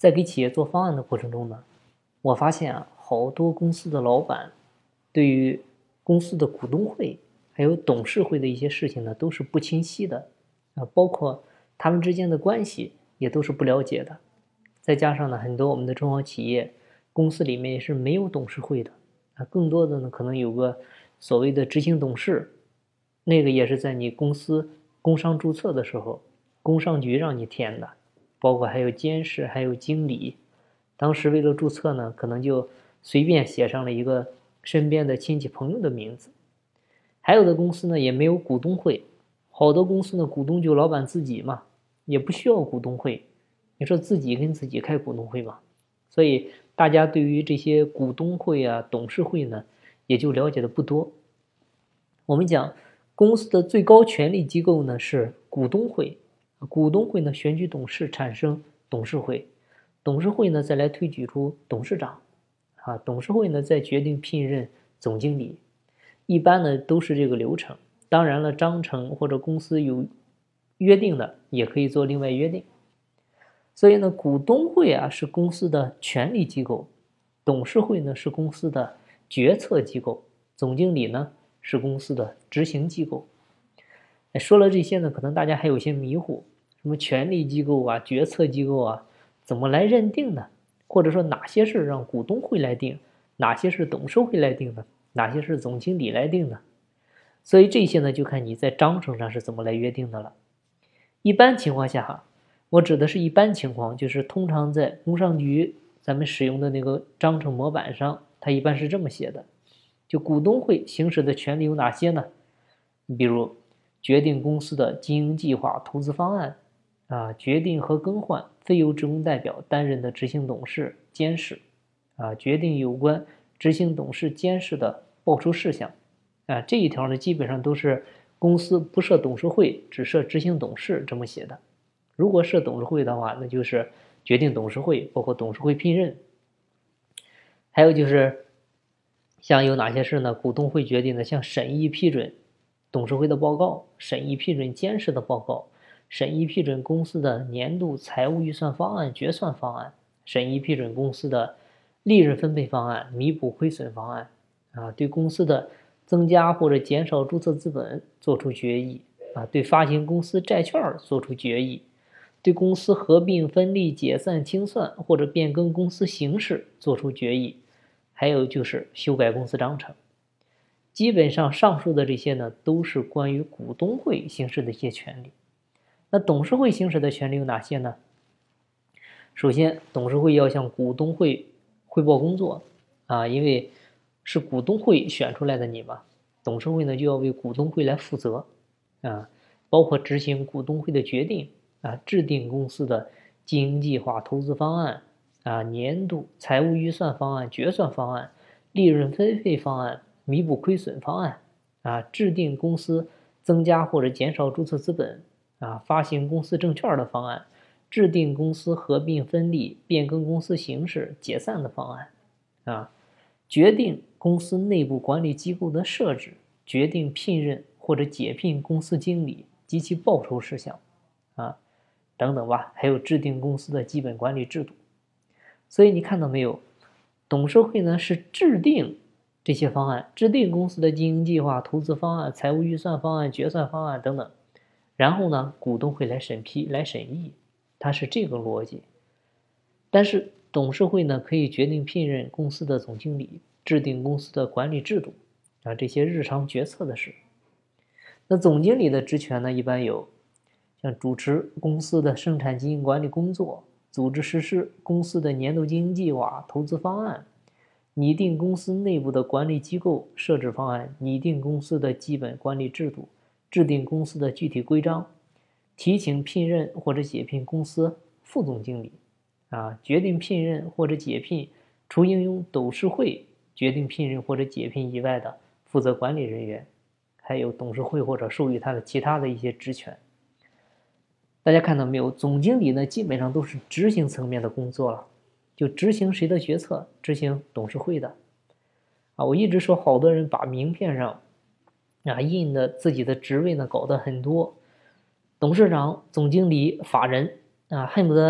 在给企业做方案的过程中呢，我发现啊，好多公司的老板对于公司的股东会还有董事会的一些事情呢，都是不清晰的啊，包括他们之间的关系也都是不了解的。再加上呢，很多我们的中小企业公司里面也是没有董事会的啊，更多的呢可能有个所谓的执行董事，那个也是在你公司工商注册的时候，工商局让你填的，包括还有监事，还有经理。当时为了注册呢，可能就随便写上了一个身边的亲戚朋友的名字。还有的公司呢也没有股东会，好多公司呢股东就老板自己嘛，也不需要股东会。你说自己跟自己开股东会嘛？所以大家对于这些股东会啊、董事会呢，也就了解的不多。我们讲公司的最高权力机构呢是股东会，股东会呢选举董事，产生董事会，董事会呢再来推举出董事长，啊，董事会呢再决定聘任总经理，一般呢都是这个流程。当然了，章程或者公司有约定的，也可以做另外约定。所以呢，股东会啊是公司的权力机构，董事会呢是公司的决策机构，总经理呢是公司的执行机构。说了这些呢，可能大家还有些迷糊，什么权力机构啊、决策机构啊，怎么来认定呢？或者说哪些是让股东会来定，哪些是董事会来定呢？哪些是总经理来定呢？所以这些呢，就看你在章程上是怎么来约定的了。一般情况下哈，我指的是一般情况，就是通常在工商局咱们使用的那个章程模板上，它一般是这么写的：就股东会行使的权利有哪些呢？你比如决定公司的经营计划、投资方案啊，决定和更换非由职工代表担任的执行董事、监事啊，决定有关执行董事、监事的报酬事项啊，这一条呢基本上都是公司不设董事会，只设执行董事这么写的。如果设董事会的话，那就是决定董事会，包括董事会聘任。还有就是像有哪些事呢？股东会决定的，像审议批准董事会的报告，审议批准监事的报告，审议批准公司的年度财务预算方案、决算方案，审议批准公司的利润分配方案、弥补亏损方案啊，对公司的增加或者减少注册资本作出决议啊，对发行公司债券作出决议，对公司合并、分立、解散、清算或者变更公司形式作出决议，还有就是修改公司章程。基本上上述的这些呢，都是关于股东会行使的一些权利。那董事会行使的权利有哪些呢？首先，董事会要向股东会汇报工作啊，因为是股东会选出来的你嘛，董事会呢就要为股东会来负责啊，包括执行股东会的决定啊，制定公司的经营计划、投资方案啊，年度财务预算方案、决算方案、利润分配方案、弥补亏损方案啊，制定公司增加或者减少注册资本啊，发行公司证券的方案，制定公司合并分立、变更公司形式、解散的方案啊，决定公司内部管理机构的设置，决定聘任或者解聘公司经理及其报酬事项啊，等等吧，还有制定公司的基本管理制度。所以你看到没有，董事会呢是制定这些方案，制定公司的经营计划、投资方案、财务预算方案、决算方案等等，然后呢股东会来审批、来审议，它是这个逻辑。但是董事会呢可以决定聘任公司的总经理，制定公司的管理制度啊，这些日常决策的事。那总经理的职权呢一般有像主持公司的生产经营管理工作，组织实施公司的年度经营计划、投资方案，拟定公司内部的管理机构设置方案，拟定公司的基本管理制度，制定公司的具体规章，提请聘任或者解聘公司副总经理啊，决定聘任或者解聘除应用董事会决定聘任或者解聘以外的负责管理人员，还有董事会或者授予他的其他的一些职权。大家看到没有，总经理呢基本上都是执行层面的工作了，就执行谁的决策，执行董事会的啊。我一直说好多人把名片上啊印的自己的职位呢搞得很多，董事长、总经理、法人啊，恨不得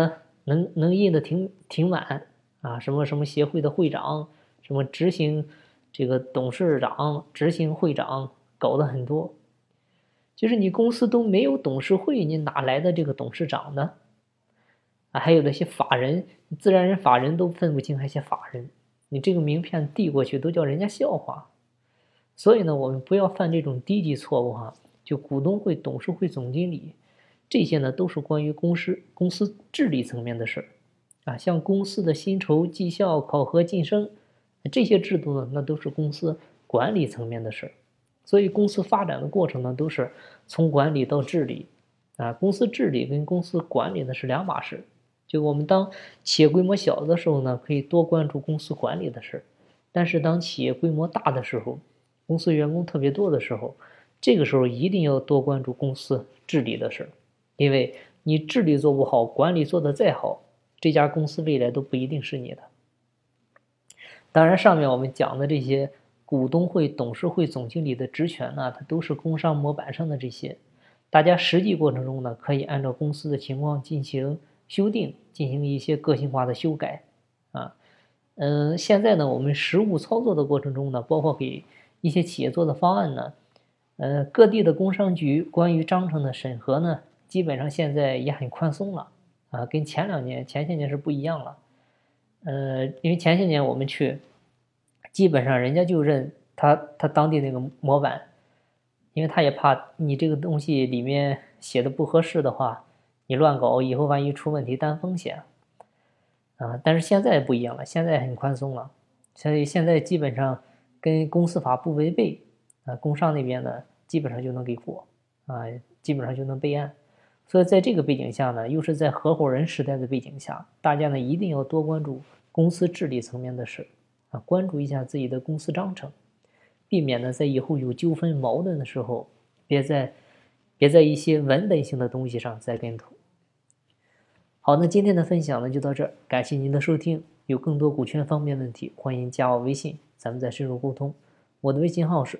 能印的挺满啊，什么什么协会的会长，什么执行这个董事长、执行会长，搞得很多。就是你公司都没有董事会，你哪来的这个董事长呢？啊，还有那些法人，自然人、法人都分不清，还写法人，你这个名片递过去都叫人家笑话。所以呢，我们不要犯这种低级错误哈。就股东会、董事会、总经理，这些呢都是关于公司治理层面的事儿啊。像公司的薪酬、绩效、考核、晋升这些制度呢，那都是公司管理层面的事儿。所以公司发展的过程呢，都是从管理到治理啊。公司治理跟公司管理呢是两码事。就我们当企业规模小的时候呢，可以多关注公司管理的事，但是当企业规模大的时候，公司员工特别多的时候，这个时候一定要多关注公司治理的事，因为你治理做不好，管理做得再好，这家公司未来都不一定是你的。当然，上面我们讲的这些股东会、董事会、总经理的职权呢，它都是工商模板上的这些，大家实际过程中呢，可以按照公司的情况进行修订，进行一些个性化的修改啊。现在呢，我们实务操作的过程中呢，包括给一些企业做的方案呢，各地的工商局关于章程的审核呢，基本上现在也很宽松了啊，跟前些年是不一样了。因为前些年我们去，基本上人家就认他当地那个模板，因为他也怕你这个东西里面写的不合适的话，你乱搞以后万一出问题担风险啊。但是现在不一样了，现在很宽松了，所以现在基本上跟公司法不违背啊，工商那边呢基本上就能给过啊，基本上就能备案。所以在这个背景下呢，又是在合伙人时代的背景下，大家呢一定要多关注公司治理层面的事啊，关注一下自己的公司章程，避免呢在以后有纠纷矛盾的时候，别在一些文本性的东西上栽跟头。好，那今天的分享呢就到这儿，感谢您的收听。有更多股权方面问题，欢迎加我微信，咱们再深入沟通。我的微信号是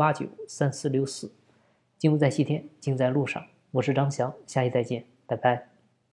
406893464。金不在西天，金在路上。我是张翔，下期再见，拜拜。